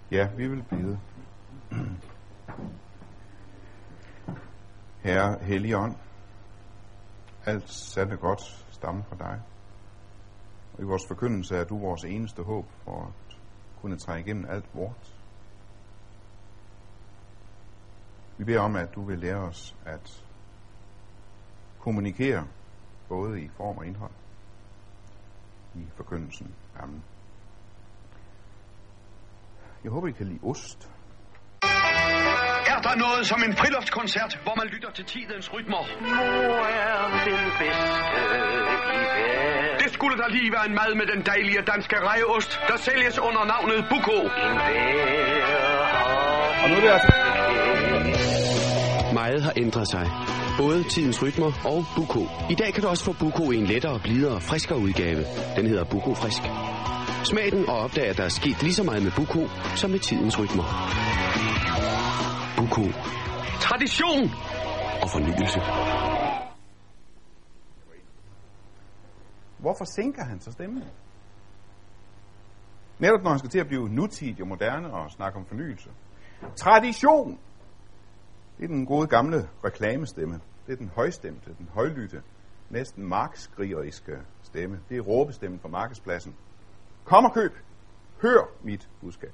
Ja, vi vil bede. Herre Helligånd, alt sandt og godt stammer fra dig. Og i vores forkyndelse er du vores eneste håb for at kunne trænge igennem alt vort. Vi beder om, at du vil lære os at kommunikere både i form og indhold i forkyndelsen. Amen. Jeg håber, I kan lide ost. Er der noget som en friluftskoncert, hvor man lytter til tidens rytmer? Mor er den bedste i verden. Det skulle da lige være en mad med den dejlige danske rejeost, der sælges under navnet Buko. Og nu er det altså... Meget har ændret sig. Både tidens rytmer og Buko. I dag kan du også få Buko i en lettere, blidere, friskere udgave. Den hedder Buko Frisk. Smag den og opdag, at der er sket lige så meget med Buko som med tidens rytmer. Buko. Tradition Og fornyelse. Hvorfor sænker han så stemmen? Netop når han skal til at blive nutidig og moderne og snakke om fornyelse. Tradition! Det er den gode gamle reklamestemme. Det er den højstemte, den højlytte, næsten markskrigeriske stemme. Det er råbestemmen fra markedspladsen. Kom og køb! Hør mit budskab.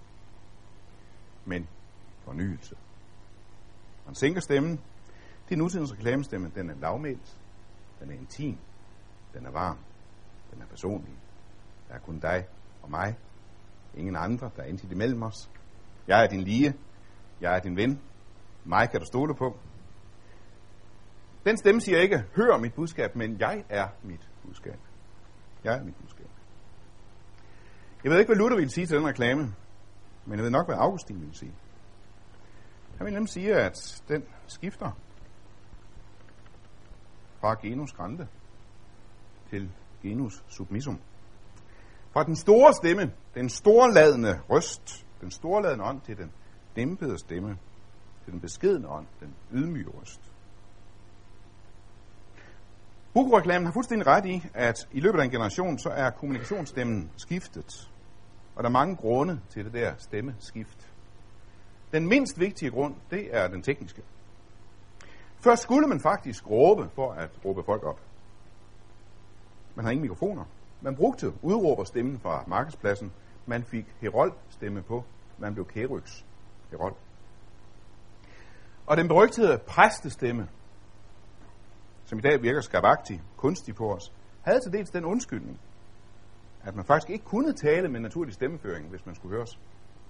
Men fornyelse. Man sænker stemmen. Det er nutidens reklamestemme. Den er lavmælt. Den er intim. Den er varm. Den er personlig. Der er kun dig og mig. Ingen andre, der er intet imellem os. Jeg er din lige. Jeg er din ven. Mig kan du stole på. Den stemme siger ikke, hør mit budskab, men jeg er mit budskab. Jeg er mit budskab. Jeg ved ikke, hvad Luther ville sige til den reklame, men jeg ved nok, hvad Augustin ville sige. Han vil nemlig sige, at den skifter fra genus grande til genus submissum. Fra den store stemme, den storladende røst, den storladende ånd, til den dæmpede stemme, til den beskedne ånd, den ydmyge røst. Buko-reklamen har fuldstændig ret i, at i løbet af en generation, så er kommunikationsstemmen skiftet. Og der er mange grunde til det der stemmeskift. Den mindst vigtige grund, det er den tekniske. Først skulle man faktisk råbe for at råbe folk op. Man har ingen mikrofoner. Man brugte udråberstemmen fra markedspladsen. Man fik heroldstemme på. Man blev Keryx herold. Og den berygtede præstestemme, som i dag virker skabagtig, kunstig på os, havde til dels den undskyldning, at man faktisk ikke kunne tale med naturlig stemmeføring, hvis man skulle høres.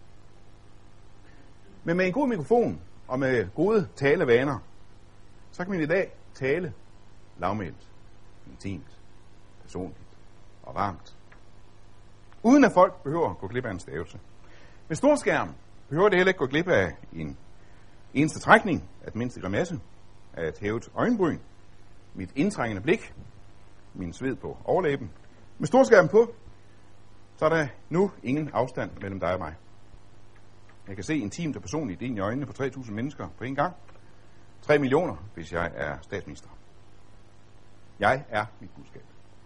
Men med en god mikrofon og med gode talevaner, så kan man i dag tale lavmælt, intimt, personligt og varmt. Uden at folk behøver at gå glip af en stavelse. Med storskærm behøver det heller ikke gå glip af en eneste trækning, af den mindste grimasse, af et hævet øjenbryn, mit indtrængende blik, min sved på overlæben. Med storskærmen på, så er der nu ingen afstand mellem dig og mig. Jeg kan se intimt og personligt ind i øjnene på 3.000 mennesker på en gang. 3 millioner, hvis jeg er statsminister. Jeg er mit budskab.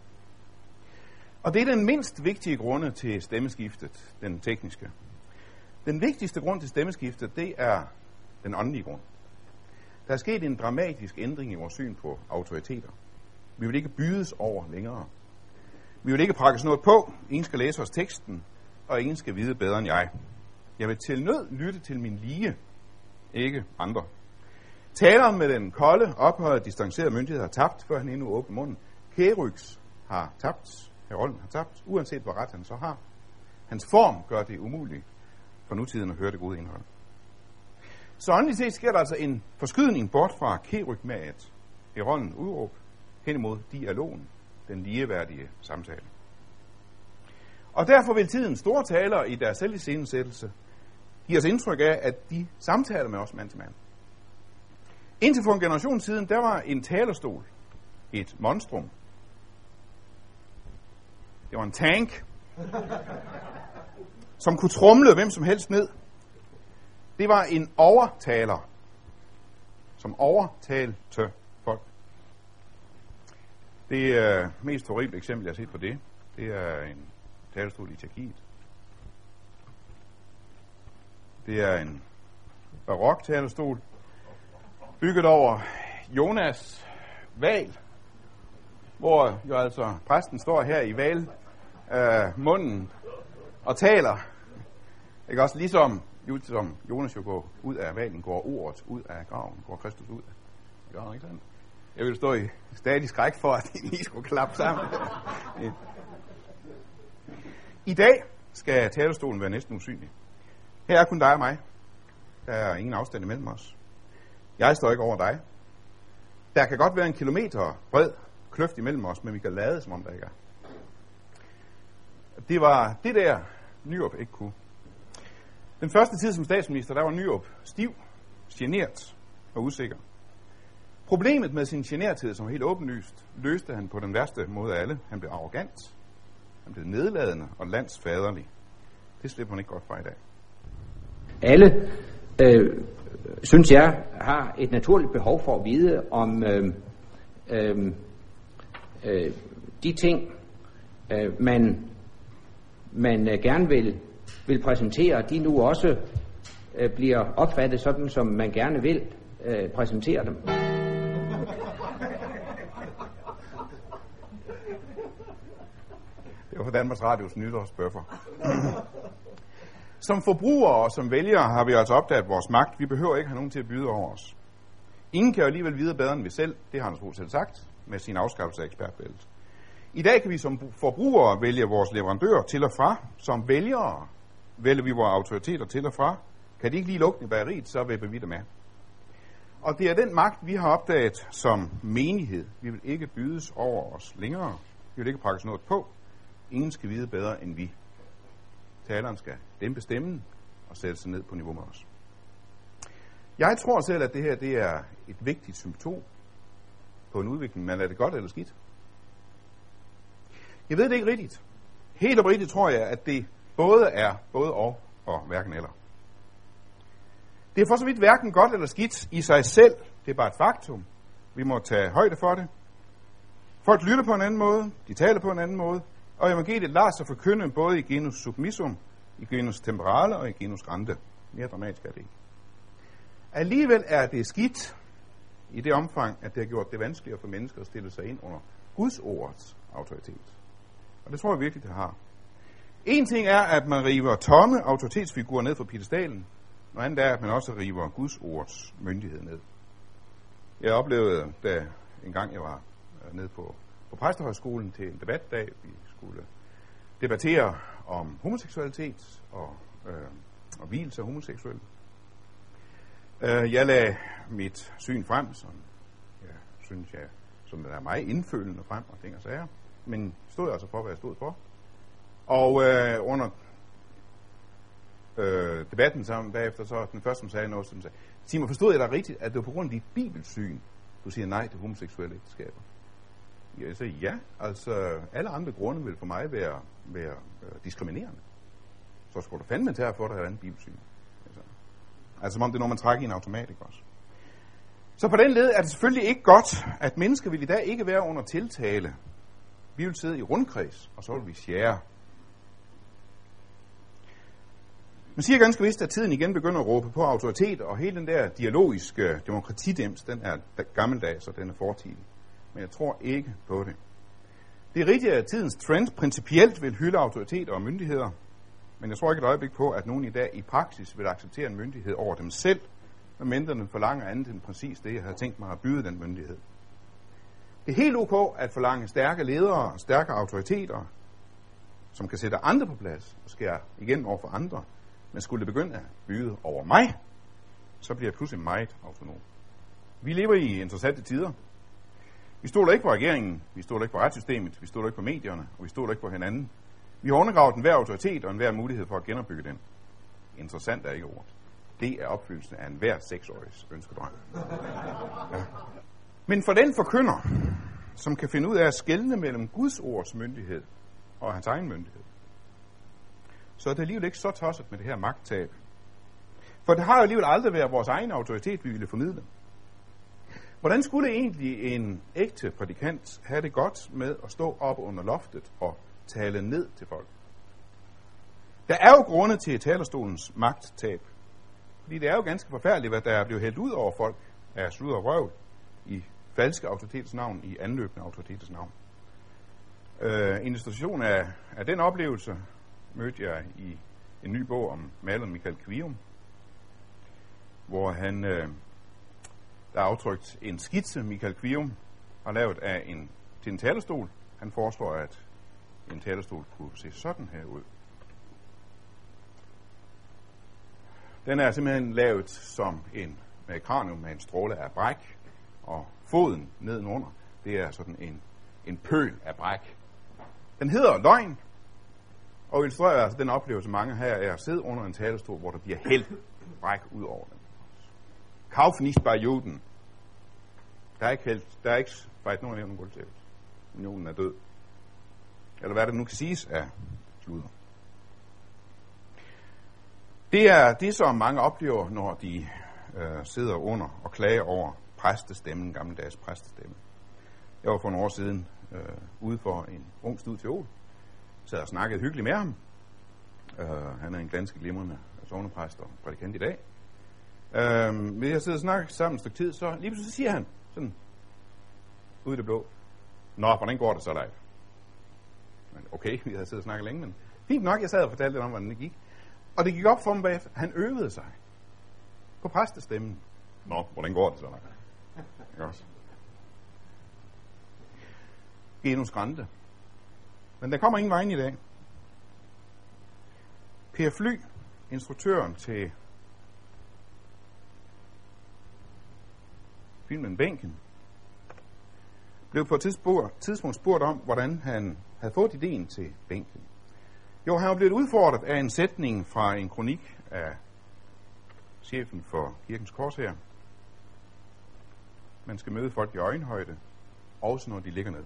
Og det er den mindst vigtige grunde til stemmeskiftet, den tekniske. Den vigtigste grund til stemmeskiftet, det er den åndelige grund. Der er sket en dramatisk ændring i vores syn på autoriteter. Vi vil ikke bydes over længere. Vi vil ikke prakkes noget på. Ingen skal læse os teksten, og ingen skal vide bedre end jeg. Jeg vil til nød lytte til min lige, ikke andre. Taleren med den kolde, ophøjede, distancerede myndighed har tabt, før han endnu åbner munden. Keryx har tabt. Herolden har tabt, uanset hvor ret han så har. Hans form gør det umuligt for nutiden at høre det gode indhold. Så åndeligt set sker der altså en forskydning bort fra kerygmaet, herolden udråb, hen imod dialogen, den ligeværdige samtale. Og derfor vil tidens store talere i deres selviscenesættelse give os indtryk af, at de samtaler med os mand til mand. Indtil for en generation siden, der var en talerstol et monstrum. Det var en tank, som kunne tromle hvem som helst ned. Det var en overtaler, som overtalte folk. Det mest horrible eksempel, jeg har set på det er en talerstol i Tjekkiet. Det er en barok talerstol, bygget over Jonas Val, hvor jo altså præsten står her i Val munden og taler. Ikke også ligesom Jonas jo går ud af valen, går ordet ud af graven, går Kristus ud af. Det gør han ikke sandt. Jeg vil stå i stadig skræk for, at de lige skulle klappe sammen. I dag skal talerstolen være næsten usynlig. Her er kun dig og mig. Der er ingen afstand imellem os. Jeg står ikke over dig. Der kan godt være en kilometer bred kløft imellem os, men vi kan lade, som om der ikke er. Det var det der, Nyrup ikke kunne. Den første tid som statsminister, der var Nyrup stiv, genert og usikker. Problemet med sin generthed, som var helt åbenlyst, løste han på den værste måde af alle. Han blev arrogant, han blev nedladende og landsfaderlig. Det slipper man ikke godt fra i dag. Alle, synes jeg, har et naturligt behov for at vide, om de ting, man gerne vil præsentere, de nu også bliver opfattet sådan, som man gerne vil præsentere dem. Det var for Danmarks Radios nytårsbøffer. Som forbrugere og som vælgere har vi altså opdaget vores magt. Vi behøver ikke have nogen til at byde over os. Ingen kan jo alligevel vide bedre end vi selv. Det har Anders Fogh selv sagt med sin afskaffelse af ekspertvældet. I dag kan vi som forbrugere vælge vores leverandør til og fra. Som vælgere vælger vi vores autoriteter til og fra. Kan de ikke lige lukke i bageriet, så vipper vi det med. Og det er den magt, vi har opdaget som menighed. Vi vil ikke bydes over os længere. Vi vil ikke prakkes noget på. Ingen skal vide bedre end vi. Taleren skal dæmpe stemmen og sætte sig ned på niveau med os. Jeg tror selv, at det her det er et vigtigt symptom på en udvikling, men er det godt eller skidt? Jeg ved det ikke rigtigt. Helt oprigtigt tror jeg, at det både er både og hverken eller. Det er for så vidt hverken godt eller skidt i sig selv. Det er bare et faktum. Vi må tage højde for det. Folk lytter på en anden måde, de taler på en anden måde, og evangeliet lader sig forkynde både i genus submissum, i genus temporale og i genus grande. Mere dramatisk er det ikke. Alligevel er det skidt i det omfang, at det har gjort det vanskeligere for mennesker at stille sig ind under Guds ordets autoritet. Og det tror jeg virkelig, det har. En ting er, at man river tomme autoritetsfigurer ned fra piedestalen. Noget andet er, at man også river Guds ordets myndighed ned. Jeg oplevede, da en gang jeg var nede på Præstehøjskolen til en debatdag, vi skulle debattere om homoseksualitet og vielse af homoseksuelle. Jeg lagde mit syn frem, som er meget indfølende frem og ting og sager, men stod altså for, hvad jeg stod for. Og under debatten sammen bagefter, så den første, som sagde noget, som sagde, Simon, forstod jeg dig rigtigt, at det var på grund af dit bibelsyn, du siger nej til homoseksuelle ægteskaber? Jeg sagde ja, altså alle andre grunde vil for mig være diskriminerende. Så skulle du fandme til at få dig et andet bibelsyn. Altså som om det er noget, man trækker i en automatik også. Så på den led er det selvfølgelig ikke godt, at mennesker vil i dag ikke være under tiltale. Vi vil sidde i rundkreds, og så vil vi skære. Man siger ganske vist, at tiden igen begynder at råbe på autoritet, og hele den der dialogiske demokratidims, den er gammeldags, og den er fortidig. Men jeg tror ikke på det. Det er rigtigt, at tidens trend principielt vil hylde autoriteter og myndigheder, men jeg tror ikke et øjeblik på, at nogen i dag i praksis vil acceptere en myndighed over dem selv, medmindre den forlanger andet end præcis det, jeg havde tænkt mig at byde den myndighed. Det er helt ok at forlange stærke ledere og stærke autoriteter, som kan sætte andre på plads og skære igennem over for andre, men skulle det begynde at byde over mig, så bliver jeg pludselig meget autonom. Vi lever i interessante tider. Vi stoler ikke på regeringen, vi stoler ikke på retssystemet, vi stoler ikke på medierne, og vi stoler ikke på hinanden. Vi har undergravet enhver autoritet og enhver mulighed for at genopbygge den. Interessant er ikke ordet. Det er opfyldelsen af enhver 6-årigs ønskedrøm. Ja. Men for den forkynder, som kan finde ud af at skelne mellem Guds ords myndighed og hans egen myndighed, så er det alligevel ikke så tosset med det her magttab. For det har jo alligevel aldrig været vores egen autoritet, vi ville formidle. Hvordan skulle egentlig en ægte prædikant have det godt med at stå op under loftet og tale ned til folk? Der er jo grunde til talerstolens magttab. fordi det er jo ganske forfærdeligt, hvad der er blevet hældt ud over folk af sludder og røv i falske autoriteters navn, i anløbende autoriteters navn. En illustration af den oplevelse mødte jeg i en ny bog om maleren Michael Kvium, hvor han der er aftrykt en skitse, Michael Kvium har lavet til en talerstol. Han foreslår, at en talerstol kunne se sådan her ud. Den er simpelthen lavet som med kranium med en stråle af bræk, og foden nedenunder, det er sådan en pøl af bræk. Den hedder løgn, og illustrerer altså den oplevelse, mange her er at sidde under en talerstol, hvor der bliver hældt bræk ud over den. Kauf nicht bei Juden. Der er ikke fejt nogen af nogen guldtæppet. Unionen er død. Eller hvad det nu kan siges af sludder. Det er det, som mange oplever, når de sidder under og klager over præstestemmen, gammeldags præstestemme. Jeg var for nogle år siden ude for en ung studieol. Sad og snakkede hyggeligt med ham. Han er en ganske glimrende sognepræst og prædikant i dag. Men jeg sidder og snakker sammen et stykke tid, så lige pludselig siger han sådan ud i det blå: Nå, hvordan går det så live? Men okay, vi havde siddet og snakket længe, men fint nok, jeg sad og fortalte lidt om, hvordan det gik. Og det gik op for mig bagefter. Han øvede sig på præstestemmen. Nå, hvordan går det så live? Ikke også? Genus grande. Men der kommer ingen vej ind i dag. Per Fly, instruktøren til filmen Bænken, blev på et tidspunkt spurgt om, hvordan han havde fået ideen til Bænken. Jo, han var blevet udfordret af en sætning fra en kronik af chefen for Kirkens Korshær. Man skal møde folk i øjenhøjde, også når de ligger ned.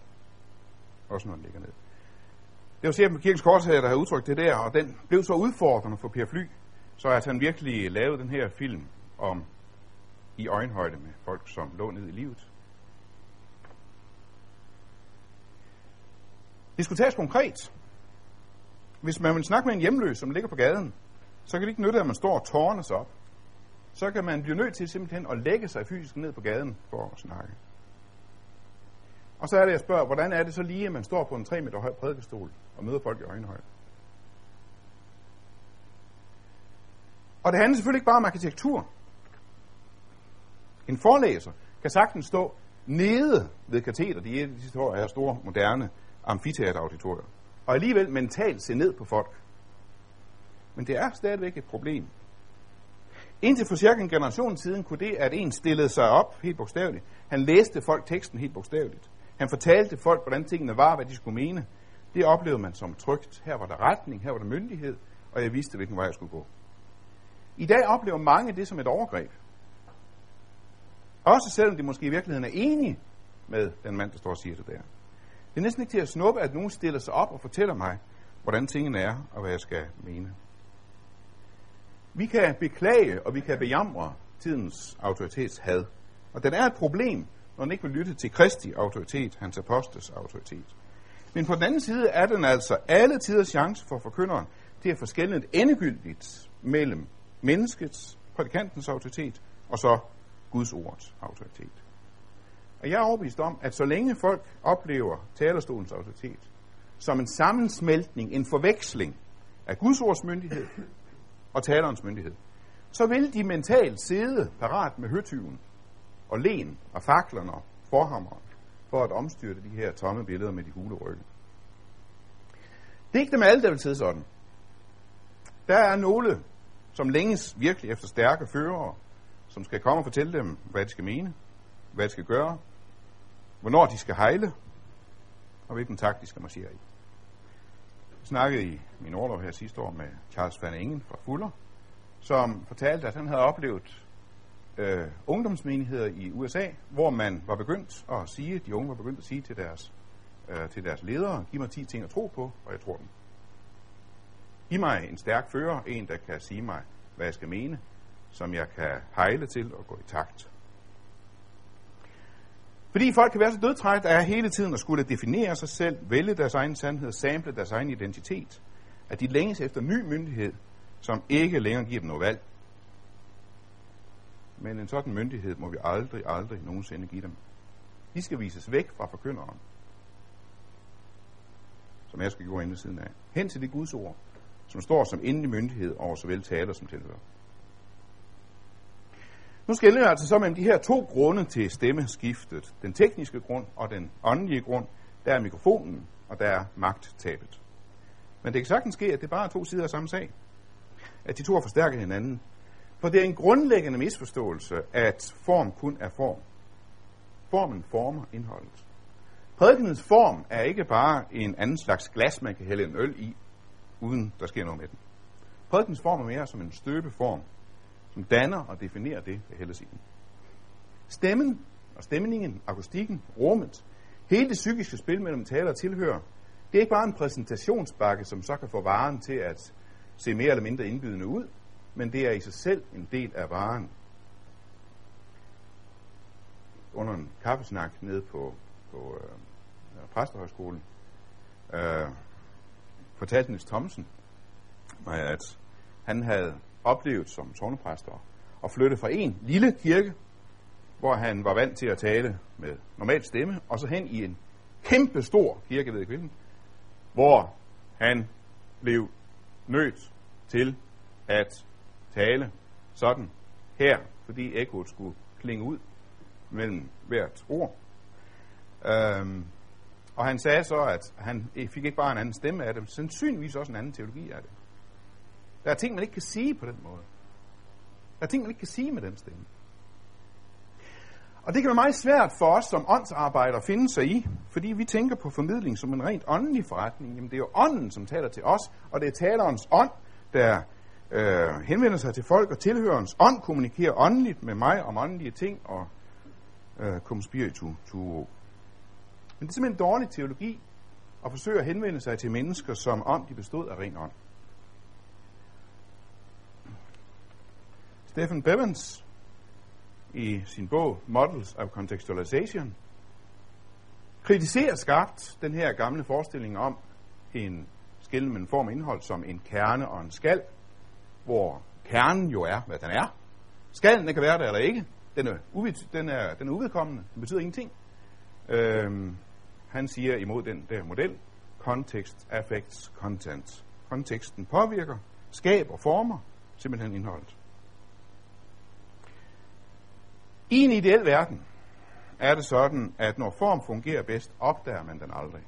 Det var chefen for Kirkens Korshær, der havde udtrykt det der, og den blev så udfordrende for Per Fly, så at han virkelig lavede den her film om i øjenhøjde med folk, som lå ned i livet. Det skulle tages konkret. Hvis man vil snakke med en hjemløs, som ligger på gaden, så kan det ikke nytte, at man står og tårner sig op. Så kan man blive nødt til simpelthen at lægge sig fysisk ned på gaden for at snakke. Og så er det, jeg spørger, hvordan er det så lige, at man står på en 3 meter høj prædikestol og møder folk i øjenhøjde? Og det handler selvfølgelig ikke bare om arkitektur. En forelæser kan sagtens stå nede ved kateter, de sidste år er store, moderne amfiteaterauditorier, og alligevel mentalt se ned på folk. Men det er stadigvæk et problem. Indtil for cirka en generation siden kunne det, at en stillede sig op helt bogstaveligt. Han læste folk teksten helt bogstaveligt. Han fortalte folk, hvordan tingene var, hvad de skulle mene. Det oplevede man som trygt. Her var der retning, her var der myndighed, og jeg vidste, hvilken vej jeg skulle gå. I dag oplever mange det som et overgreb. Også selvom de måske i virkeligheden er enige med den mand, der står og siger det der. Det er næsten ikke til at snuppe, at nogen stiller sig op og fortæller mig, hvordan tingene er, og hvad jeg skal mene. Vi kan beklage, og vi kan bejamre tidens autoritetshad. Og den er et problem, når den ikke vil lytte til Kristi autoritet, hans apostles autoritet. Men på den anden side er den altså alle tiders chance for forkynderen til at forskelne endegyldigt mellem menneskets, prædikantens autoritet, og så Guds ords autoritet. Og jeg er overbevist om, at så længe folk oplever talerstolens autoritet som en sammensmeltning, en forveksling af Guds ords myndighed og talerens myndighed, så vil de mentalt sidde parat med høtyven og len og faklerne og forhammeren for at omstyrte de her tomme billeder med de hule rygge. Det er ikke dem alle, der vil sidde sådan. Der er nogle, som længes virkelig efter stærke førere, som skal komme og fortælle dem, hvad de skal mene, hvad de skal gøre, hvornår de skal hejle, og hvilken takt de skal marchere i. Jeg snakkede i min orlov her sidste år med Charles van Engen fra Fuller, som fortalte, at han havde oplevet ungdomsmenigheder i USA, hvor man var begyndt at sige, de unge var begyndt at sige til deres ledere, giv mig 10 ting at tro på, og jeg tror dem. Giv mig en stærk fører, en der kan sige mig, hvad jeg skal mene, som jeg kan hejle til og gå i takt. Fordi folk kan være så dødtrætte af hele tiden at skulle definere sig selv, vælge deres egen sandhed, sample deres egen identitet, at de længes efter ny myndighed, som ikke længere giver dem noget valg. men en sådan myndighed må vi aldrig nogensinde give dem. De skal vises væk fra forkynderen, som jeg skal gå ind ved siden af, hen til det Guds ord, som står som endelig myndighed over såvel taler som tilhører. Nu skelner jeg altså så mellem de her to grunde til stemmeskiftet. Den tekniske grund og den åndelige grund. Der er mikrofonen, og der er magttabet. Men det kan sagtens ske, at det bare er to sider af samme sag. At de to har forstærket hinanden. For det er en grundlæggende misforståelse, at form kun er form. Formen former indholdet. Prædikenens form er ikke bare en anden slags glas, man kan hælde en øl i, uden der sker noget med den. Prædikenens form er mere som en støbeform, som danner og definerer det, der hældes i den. Stemmen og stemningen, akustikken, rummet, hele det psykiske spil mellem taler og tilhører, det er ikke bare en præsentationsbakke, som så kan få varen til at se mere eller mindre indbydende ud, men det er i sig selv en del af varen. Under en kaffesnak nede på Præstehøjskolen fortalte Niels Thomsen mig, at han havde oplevet som sognepræster at flytte fra en lille kirke, hvor han var vant til at tale med normal stemme, og så hen i en kæmpe stor kirke, ved jeg, hvor han blev nødt til at tale sådan her, fordi ekkoet skulle klinge ud mellem hvert ord. Og han sagde så, at han fik ikke bare en anden stemme af det, men sandsynligvis også en anden teologi af det. Der er ting, man ikke kan sige på den måde. Der er ting, man ikke kan sige med den stemme. Og det kan være meget svært for os som åndsarbejdere at finde sig i, fordi vi tænker på formidling som en rent åndelig forretning. Jamen det er jo ånden, som taler til os, og det er talerens ånd, der henvender sig til folk, og tilhørens ånd kommunikerer åndeligt med mig om åndelige ting, og cum spiritu tuo. Men det er simpelthen dårlig teologi at forsøge at henvende sig til mennesker, som om de bestod af ren ånd. Stephen Bevans i sin bog Models of Contextualization kritiserer skarpt den her gamle forestilling om en skelnen mellem form og indhold som en kerne og en skal, hvor kernen jo er, hvad den er. Skallen, den kan være der eller ikke. Den er uvedkommende. Den betyder ingenting. Han siger imod den der model, context affects content. Konteksten påvirker, skaber, former simpelthen indholdet. I en ideel verden er det sådan, at når form fungerer bedst, opdager man den aldrig.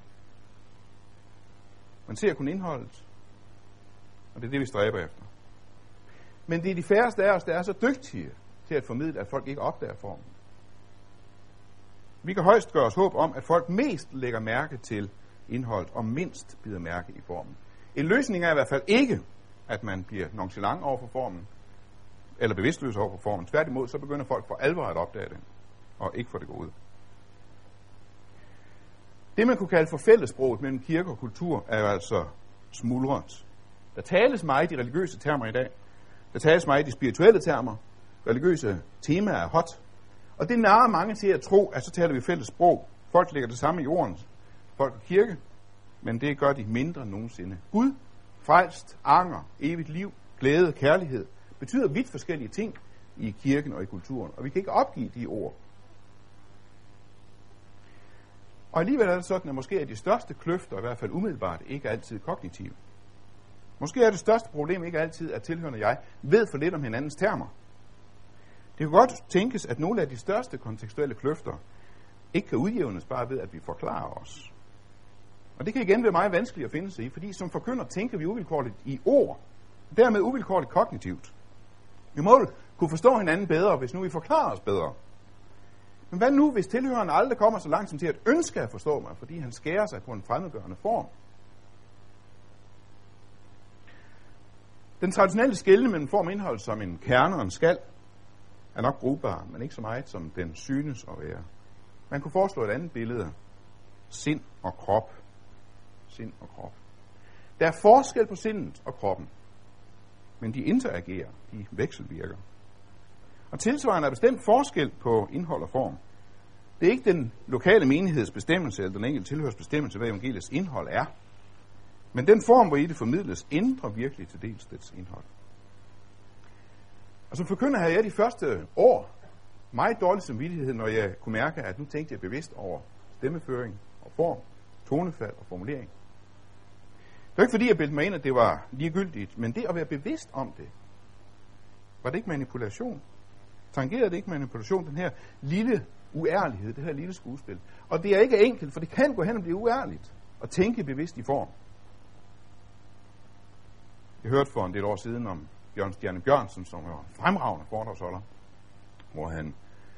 Man ser kun indholdet, og det er det, vi stræber efter. Men det er de færreste af os, der er så dygtige til at formidle, at folk ikke opdager formen. Vi kan højst gøre os håb om, at folk mest lægger mærke til indholdet, og mindst bider mærke i formen. En løsning er i hvert fald ikke, at man bliver nonchalant over for formen, eller bevidstløs over for formen. Tværtimod, så begynder folk for alvor at opdage det, og ikke for det gode. Det, man kunne kalde for fællessproget mellem kirke og kultur, er jo altså smuldret. Der tales meget i religiøse termer i dag. Der tales meget i spirituelle termer. Religiøse temaer er hot. Og det narrer mange til at tro, at så taler vi fælles sprog. Folk lægger det samme i jorden, folk og kirke, men det gør de mindre end nogensinde. Gud, frelst, anger, evigt liv, glæde, kærlighed, betyder vidt forskellige ting i kirken og i kulturen, og vi kan ikke opgive de ord. Og alligevel er det sådan, at måske er de største kløfter, i hvert fald umiddelbart, ikke altid kognitive. Måske er det største problem ikke altid, at tilhørende jeg ved for lidt om hinandens termer. Det kan godt tænkes, at nogle af de største kontekstuelle kløfter ikke kan udjævnes bare ved, at vi forklarer os. Og det kan igen være meget vanskeligt at finde sig i, fordi som forkynder tænker vi uvilkårligt i ord, og dermed uvilkårligt kognitivt. Vi må kunne forstå hinanden bedre, hvis nu vi forklarer os bedre. Men hvad nu, hvis tilhøreren aldrig kommer så langt som til at ønske at forstå mig, fordi han skærer sig på en fremmedgørende form? Den traditionelle skelne mellem form og indhold som en kerne og en skal er nok brugbar, men ikke så meget, som den synes at være. Man kunne foreslå et andet billede. Sind og krop. Sind og krop. Der er forskel på sindet og kroppen, men de interagerer, de vekselvirker. Og tilsvarende er bestemt forskel på indhold og form. Det er ikke den lokale menigheds bestemmelse, eller den enkelte tilhørs bestemmelse, hvad evangeliets indhold er. Men den form, hvor i det formidles, ændrer virkelig til dels dets indhold. Og som forkynder havde jeg de første år meget dårlig samvittighed, når jeg kunne mærke, at nu tænkte jeg bevidst over stemmeføring og form, tonefald og formulering. Det var ikke fordi, jeg bildte mig ind, at det var ligegyldigt, men det at være bevidst om det, var det ikke manipulation? Tangerede det ikke manipulation, den her lille uærlighed, det her lille skuespil? Og det er ikke enkelt, for det kan gå hen og blive uærligt at tænke bevidst i form. Jeg hørte for en del år siden om Bjørn Stjerne Bjørnsen, som var en fremragende foredragsholder, hvor han,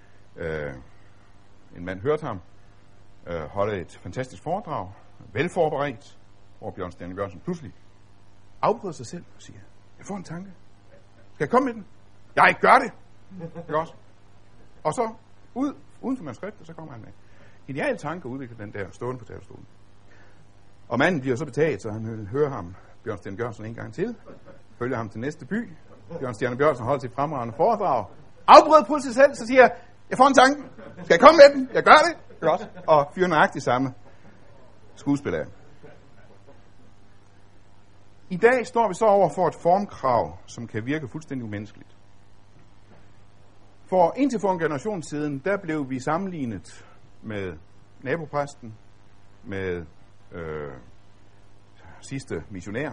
en mand hørte ham, holde et fantastisk foredrag, velforberedt, hvor Bjørn Stjerne Bjørnsen pludselig afbryder sig selv og siger, jeg får en tanke. Skal jeg komme med den? Jeg gør det! Ikke også? Og så, uden for manuskriptet, så kommer han med. Ideal tanke at udvikle den der stående på talerstolen. Og manden bliver så betaget, så han hører ham, Bjørn Stjerne Bjørnsen, en gang til. Følger ham til næste by. Bjørn Stjerne Bjørnsen holder sit fremragende foredrag. Afbryder på sig selv, så siger jeg får en tanke. Skal jeg komme med den? Jeg gør det! Ikke også? Og fyrer nøjagtigt samme skuespiller. I dag står vi så over for et formkrav, som kan virke fuldstændig umenneskeligt. For indtil for en generation siden, der blev vi sammenlignet med nabopræsten, med sidste missionær,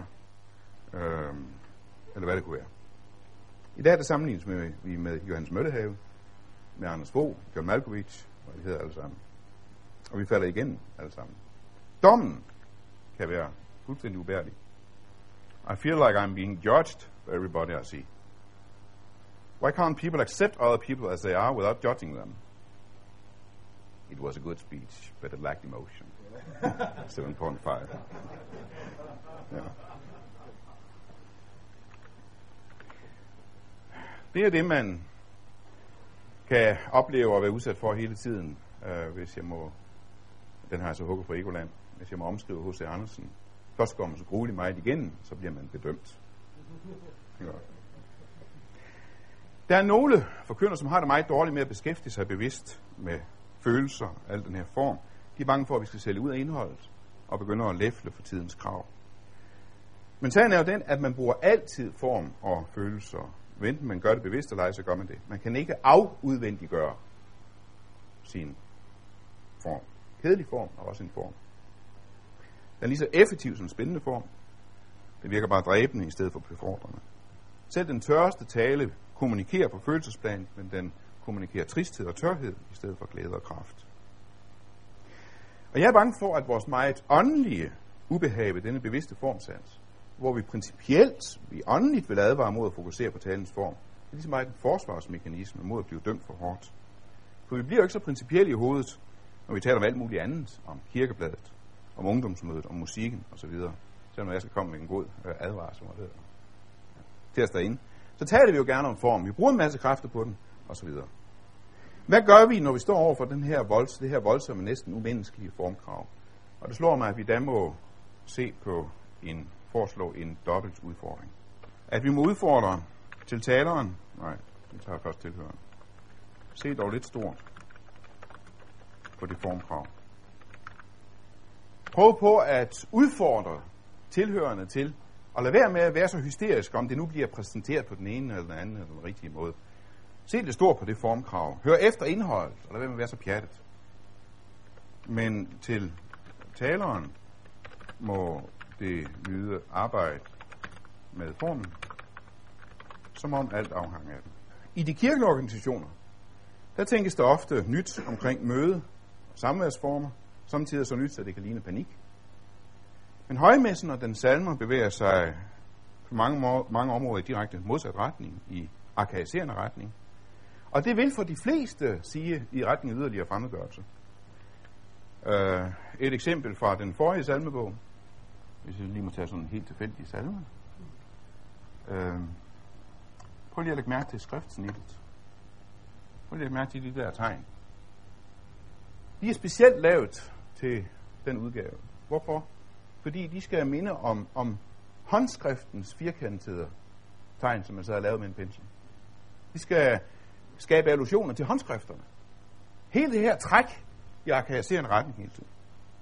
eller hvad det kunne være. I dag er det sammenlignet med Johannes Møllehave, med Anders Fogh, John Malkovich, og det hedder alle sammen. Og vi falder igen alle sammen. Dommen kan være fuldstændig ubærlig. I feel like I'm being judged by everybody I see. Why can't people accept other people as they are without judging them? It was a good speech, but it lacked emotion. 7.5. Ja. Det er det, man kan opleve at være udsat for hele tiden, hvis jeg må, den har jeg så hugget på Egoland, hvis jeg må omskrive H.C. Andersen. Først går man så grueligt meget igen, så bliver man bedømt. Ja. Der er nogle forkyndere, som har det meget dårligt med at beskæftige sig bevidst med følelser, al den her form. De er bange for, at vi skal sælge ud af indholdet og begynde at læfle for tidens krav. Men sagen er jo den, at man bruger altid form og følelser. Enten man gør det bevidst eller ej, så gør man det. Man kan ikke afudvendiggøre sin form. Kedelig form er også en form. Den er lige så effektiv som en spændende form. Det virker bare dræbende i stedet for befordrende. Selv den tørreste tale kommunikerer på følelsesplan, men den kommunikerer tristhed og tørhed i stedet for glæde og kraft. Og jeg er bange for, at vores meget åndelige ubehag ved denne bevidste formsats, hvor vi principielt, vi åndeligt vil advare mod at fokusere på talens form, det er ligesom meget en forsvarsmekanisme mod at blive dømt for hårdt. For vi bliver jo ikke så principielle i hovedet, når vi taler om alt muligt andet, om kirkebladet, om ungdomsmødet, om musikken osv. Selvom jeg skal komme med en god advarsel til os derinde. Så taler vi jo gerne om form. Vi bruger en masse kræfter på den, osv. Hvad gør vi, når vi står over for det her voldsomme, næsten umenneskelige formkrav? Og det slår mig, at vi da må se på foreslå en dobbelt udfordring. At vi må udfordre til taleren. Nej, vi tager først tilhøreren. Se dog lidt stort på det formkrav. Prøv på at udfordre tilhørende til at lade være med at være så hysterisk, om det nu bliver præsenteret på den ene eller den anden eller den rigtige måde. Se det stort på det formkrav. Hør efter indholdet, og lad være med at være så pjattet. Men til taleren må det lyde arbejde med formen, som om alt afhænger af den. I de kirkelige organisationer, der tænkes der ofte nyt omkring møde og samværsformer, samtidig så nyt, at det kan ligne panik. Men højmessen og den salmer bevæger sig på mange områder i direkte modsat retning, i arkaiserende retning. Og det vil for de fleste sige i retning af yderligere fremmedgørelse. Et eksempel fra den forrige salmebog, hvis jeg lige må tage sådan en helt tilfældig salme. Prøv lige at lægge mærke til skriftsnittet. Prøv lige at lægge mærke til de der tegn. De er specielt lavet til den udgave. Hvorfor? Fordi de skal minde om håndskriftens firkantede tegn, som man så har lavet med en pensel. De skal skabe allusioner til håndskrifterne. Hele det her træk i arkaiserende retning hele tiden.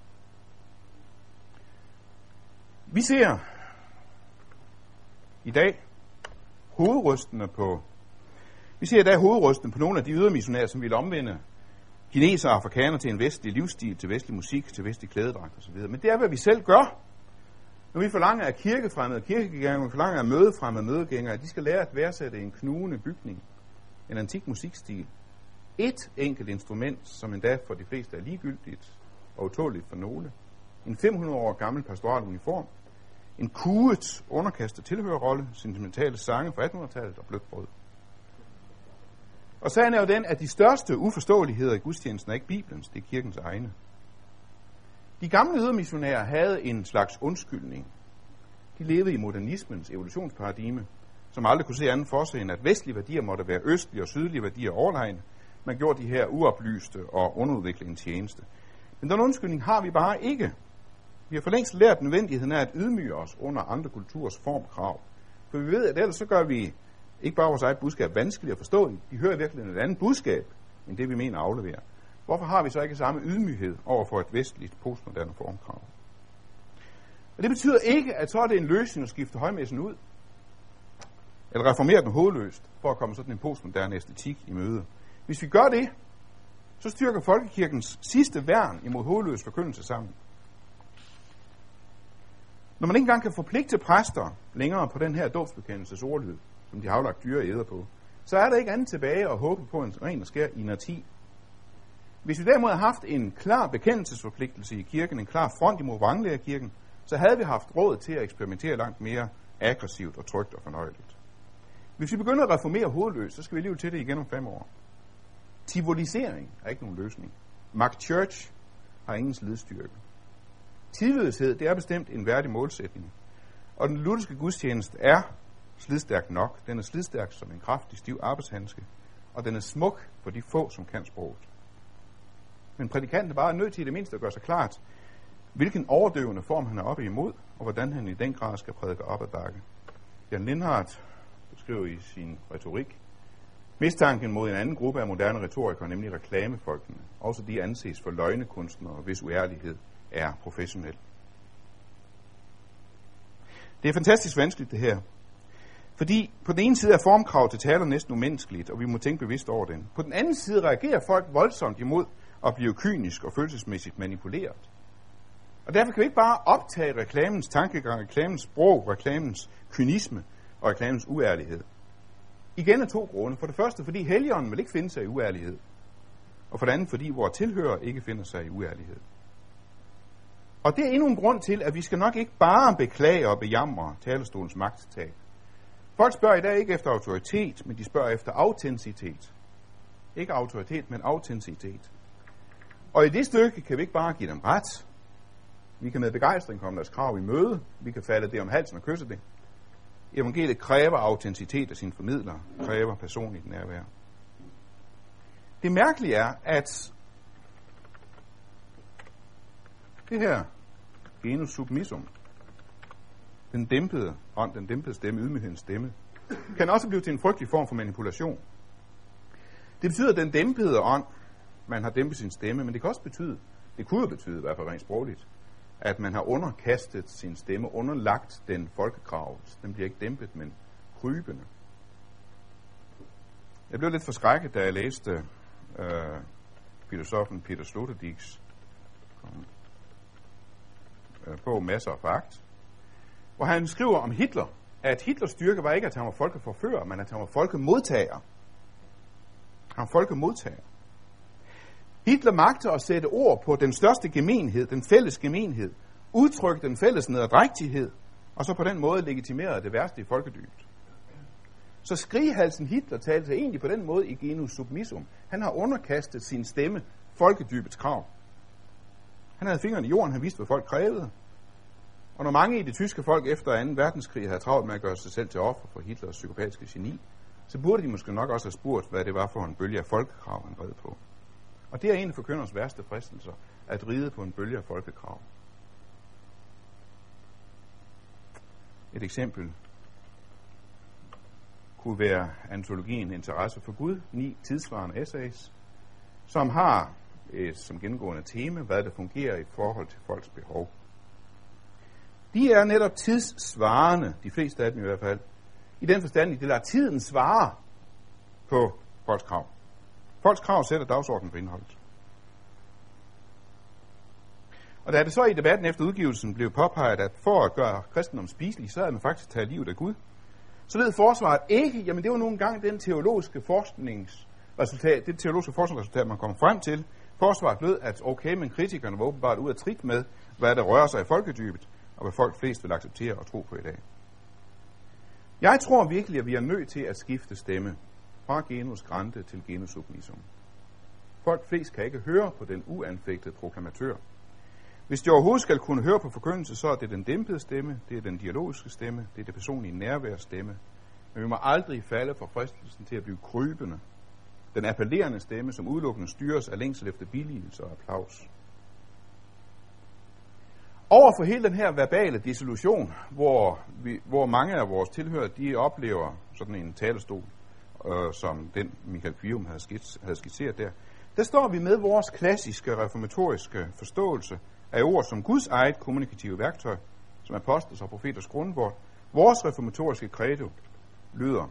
Vi ser i dag hovedrystene på Vi ser i dag hovedrysten på nogle af de ydermissionærer, som ville omvende kinesere og afrikanere til en vestlig livsstil, til vestlig musik, til vestlig klædedragt osv. Men det er, hvad vi selv gør. Når vi forlanger af kirkefremmede kirkegængere, vi forlanger af mødefremmede mødegængere, at de skal lære at værdsætte en knugende bygning, en antik musikstil, et enkelt instrument, som endda for de fleste er ligegyldigt og utåligt for nogle, en 500 år gammel pastoral uniform, en kuget underkastet tilhørerrolle, sentimentale sange fra 1800-tallet og blødt brød. Og sagen er jo den, at de største uforståeligheder i gudstjenesten er ikke Bibelens, det er kirkens egne. De gamle ydermissionærer havde en slags undskyldning. De levede i modernismens evolutionsparadigme, som aldrig kunne se anden for sig, end at vestlige værdier måtte være østlige og sydlige værdier overlegne. Man gjorde de her uoplyste og underudviklede en tjeneste. Men den undskyldning har vi bare ikke. Vi har for længst lært nødvendigheden af at ydmyge os under andre kulturs formkrav. For vi ved, at ellers så gør vi ikke bare vores eget budskab vanskeligt at forstå. De hører virkelig et andet budskab, end det vi mener at aflevere. Hvorfor har vi så ikke samme ydmyghed over for et vestligt postmoderne formkrav? Og det betyder ikke, at så er det en løsning at skifte højmessen ud, eller reformere den hovedløst, for at komme sådan en postmoderne æstetik i møde. Hvis vi gør det, så styrker folkekirkens sidste værn imod hovedløs forkyndelse sammen. Når man ikke engang kan forpligte præster længere på den her dåbsbekendelses ordlyd, som de har aflagt dyre eder på, så er der ikke andet tilbage at håbe på en ren og skær inerti. Hvis vi derimod havde haft en klar bekendelsesforpligtelse i kirken, en klar front imod vranglærerkirken, så havde vi haft råd til at eksperimentere langt mere aggressivt og trygt og fornøjeligt. Hvis vi begynder at reformere hovedløst, så skal vi leve til det igen om 5 år. Tivolisering er ikke nogen løsning. Mark Church har ingen slidstyrke. Tidløshed, det er bestemt en værdig målsætning. Og den lutherske gudstjeneste er slidstærk nok. Den er slidstærk som en kraftig, stiv arbejdshandske. Og den er smuk for de få, som kan sproget. Men prædikanten er bare nødt til i det mindste at gøre sig klart, hvilken overdøvende form han er oppe imod, og hvordan han i den grad skal prædike op ad bakke. Jan Lindhardt beskriver i sin retorik mistanken mod en anden gruppe af moderne retorikere, nemlig reklamefolkene. Også de anses for løgnekunstnere, hvis uærlighed er professionel. Det er fantastisk vanskeligt det her. Fordi på den ene side er formkrav til taler næsten umenneskeligt, og vi må tænke bevidst over den. På den anden side reagerer folk voldsomt imod at blive kynisk og følelsesmæssigt manipuleret. Og derfor kan vi ikke bare optage reklamens tankegang, reklamens sprog, reklamens kynisme og reklamens uærlighed. Igen af 2 grunde. For det første, fordi Helligånden vil ikke finde sig i uærlighed. Og for det andet, fordi vores tilhører ikke finder sig i uærlighed. Og det er endnu en grund til, at vi skal nok ikke bare beklage og bejamre talerstolens magttab. Folk spørger i dag ikke efter autoritet, men de spørger efter autenticitet. Ikke autoritet, men autenticitet. Og i det stykke kan vi ikke bare give dem ret. Vi kan med begejstring komme deres krav i møde. Vi kan falde det om halsen og kysse det. Evangeliet kræver autenticitet af sine formidlere, kræver personligt nærvær. Det mærkelige er, at det her genus submissum, den dæmpede ånd, den dæmpede stemme, ydmyghedens stemme, kan også blive til en frygtelig form for manipulation. Det betyder, at den dæmpede ånd, man har dæmpet sin stemme, men det kan også betyde, det kunne jo betyde, i hvert fald rent sprogligt, at man har underkastet sin stemme, underlagt den folkekrav. Den bliver ikke dæmpet, men krybende. Jeg blev lidt forskrækket, da jeg læste filosofen Peter Sloterdijks bog Masser af Fakt, hvor han skriver om Hitler, at Hitlers styrke var ikke, at han var folkeforfører, men at han var folkemodtager. Han var folkemodtager. Hitler magter at sætte ord på den største gemenhed, den fælles gemenhed, udtrykke den fælles nederdrægtighed, og så på den måde legitimere det værste i folkedybet. Så skrighalsen Hitler talte sig egentlig på den måde i genus submissum. Han har underkastet sin stemme folkedybets krav. Han havde fingrene i jorden, han vidste, hvad folk krævede. Og når mange i det tyske folk efter 2. verdenskrig havde travlt med at gøre sig selv til offer for Hitlers psykopatiske geni, så burde de måske nok også have spurgt, hvad det var for en bølge af folkekrav, han red på. Og det er en af forkynderens værste fristelser, at ride på en bølge af folkekrav. Et eksempel kunne være antologien Interesse for Gud, 9 tidsvarende essays, som har som gennemgående tema, hvad der fungerer i forhold til folks behov. De er netop tidssvarende, de fleste af dem i hvert fald, i den forstand, at de lader tiden svare på folks krav. Folks krav sætter dagsordenen for indholdet. Og da det så i debatten efter udgivelsen blev påpeget, at for at gøre kristendom spiselig, så havde man faktisk taget livet af Gud, så lød forsvaret ikke, jamen det var nogle gange den teologiske forskningsresultat, man kom frem til. Forsvaret lød, at okay, men kritikerne var åbenbart ud af trit med, hvad der rører sig i folkedybet, og hvad folk flest vil acceptere og tro på i dag. Jeg tror virkelig, at vi er nødt til at skifte stemme fra genus grande til genus submissum. Folk flest kan ikke høre på den uanfægtede proklamatør. Hvis de overhovedet skal kunne høre på forkyndelse, så er det den dæmpede stemme, det er den dialogiske stemme, det er det personlige nærværs stemme. Men vi må aldrig falde for fristelsen til at blive krybende. Den appellerende stemme, som udelukkende styres af længsel efter billigelse og applaus. Over for hele den her verbale disillusion, hvor mange af vores tilhørere, de oplever sådan en talestol, som den Michael Kvium havde skitseret der står vi med vores klassiske reformatoriske forståelse af ord som Guds eget kommunikative værktøj, som apostles og profeters grundvold. Vores reformatoriske credo lyder,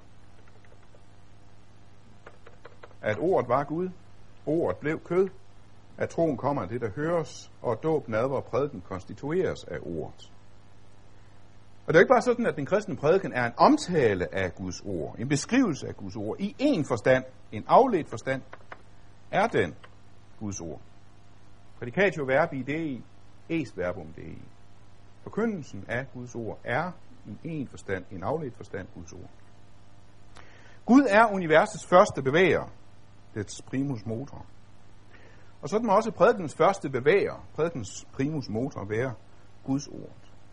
at ordet var Gud, ordet blev kød, at troen kommer af det, der høres, og dåb, nadver og prædiken konstitueres af ordet. Og det er ikke bare sådan, at den kristne prædiken er en omtale af Guds ord, en beskrivelse af Guds ord. I en forstand, en afledt forstand, er den Guds ord. Predicatio verbi Dei, est verbum Dei. Forkyndelsen af Guds ord er i en forstand, en afledt forstand, Guds ord. Gud er universets første bevæger, dets primus motor. Og sådan må også prædikens første bevæger, prædikens primus motor, være Guds ord.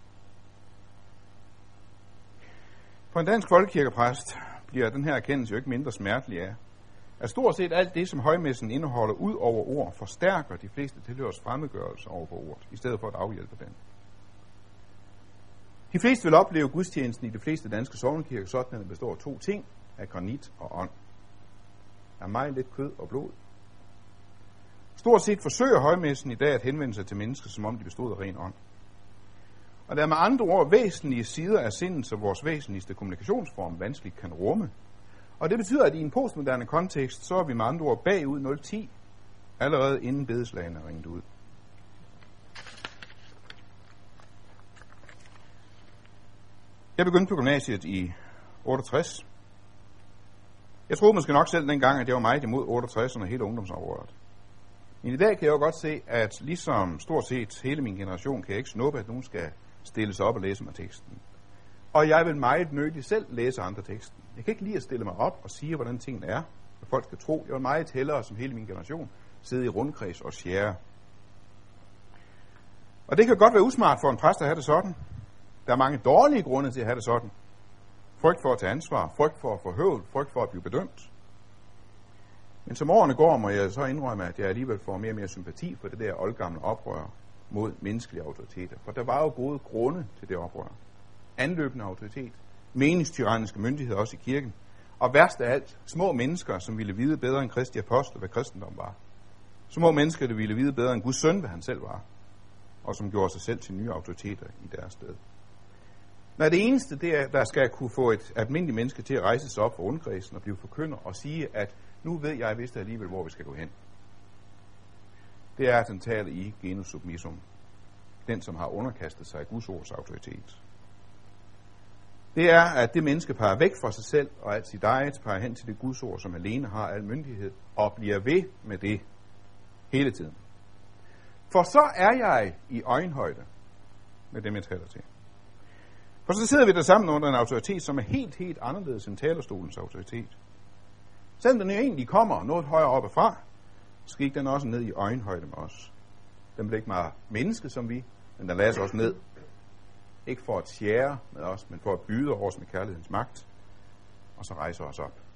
For en dansk folkekirkepræst bliver den her erkendelse jo ikke mindre smertelig af, at stort set alt det, som højmessen indeholder ud over ord, forstærker de fleste tilhørers fremmedgørelse over for ordet, i stedet for at afhjælpe den. De fleste vil opleve gudstjenesten i de fleste danske sognekirker sådan, at den består af to ting, af granit og ånd. Der er meget lidt kød og blod. Stort set forsøger højmessen i dag at henvende sig til mennesker, som om de bestod af ren ånd. Og der er med andre ord væsentlige sider af sindet, som vores væsentligste kommunikationsform vanskeligt kan rumme. Og det betyder, at i en postmoderne kontekst, så er vi med andre ord bagud 010, allerede inden bedeslagene er ringet ud. Jeg begyndte på gymnasiet i 68. Jeg troede måske nok selv dengang, at jeg var meget imod 68'erne og hele ungdomsoprøret. Men i dag kan jeg jo godt se, at ligesom stort set hele min generation, kan jeg ikke snuppe, at nogen skal stille sig op og læse mig teksten. Og jeg vil meget nødigt selv læse andre teksten. Jeg kan ikke lide at stille mig op og sige, hvordan tingene er, hvad folk skal tro. Jeg vil meget hellere, som hele min generation, sidde i rundkreds og share. Og det kan godt være usmart for en præst at have det sådan. Der er mange dårlige grunde til at have det sådan. Frygt for at tage ansvar, frygt for at få høvl, frygt for at blive bedømt. Men som årene går, må jeg så indrømme, at jeg alligevel får mere og mere sympati for det der oldgamle oprør mod menneskelige autoriteter. For der var jo gode grunde til det oprør. Anløbende autoritet, meningstyranniske myndigheder også i kirken, og værst af alt, små mennesker, som ville vide bedre end Kristi apostel, hvad kristendom var. Små mennesker, der ville vide bedre end Guds søn, hvad han selv var, og som gjorde sig selv til nye autoriteter i deres sted. Når det eneste, det er, der skal kunne få et almindeligt menneske til at rejse sig op for rundkredsen og blive forkynder og sige, at nu ved jeg vist alligevel, hvor vi skal gå hen. Det er den tale i genus submissum, den som har underkastet sig Guds ords autoritet. Det er, at det menneske peger væk fra sig selv og alt sit eget, peger hen til det Guds ord, som alene har al myndighed, og bliver ved med det hele tiden. For så er jeg i øjenhøjde med dem, jeg taler til. For så sidder vi der sammen under en autoritet, som er helt, helt anderledes end talerstolens autoritet. Selvom den egentlig kommer noget højere oppe fra, så gik den også ned i øjenhøjde med os. Den blev ikke meget menneske som vi, men den lagde sig også ned. Ikke for at share med os, men for at byde over os med kærlighedens magt, og så rejse os op.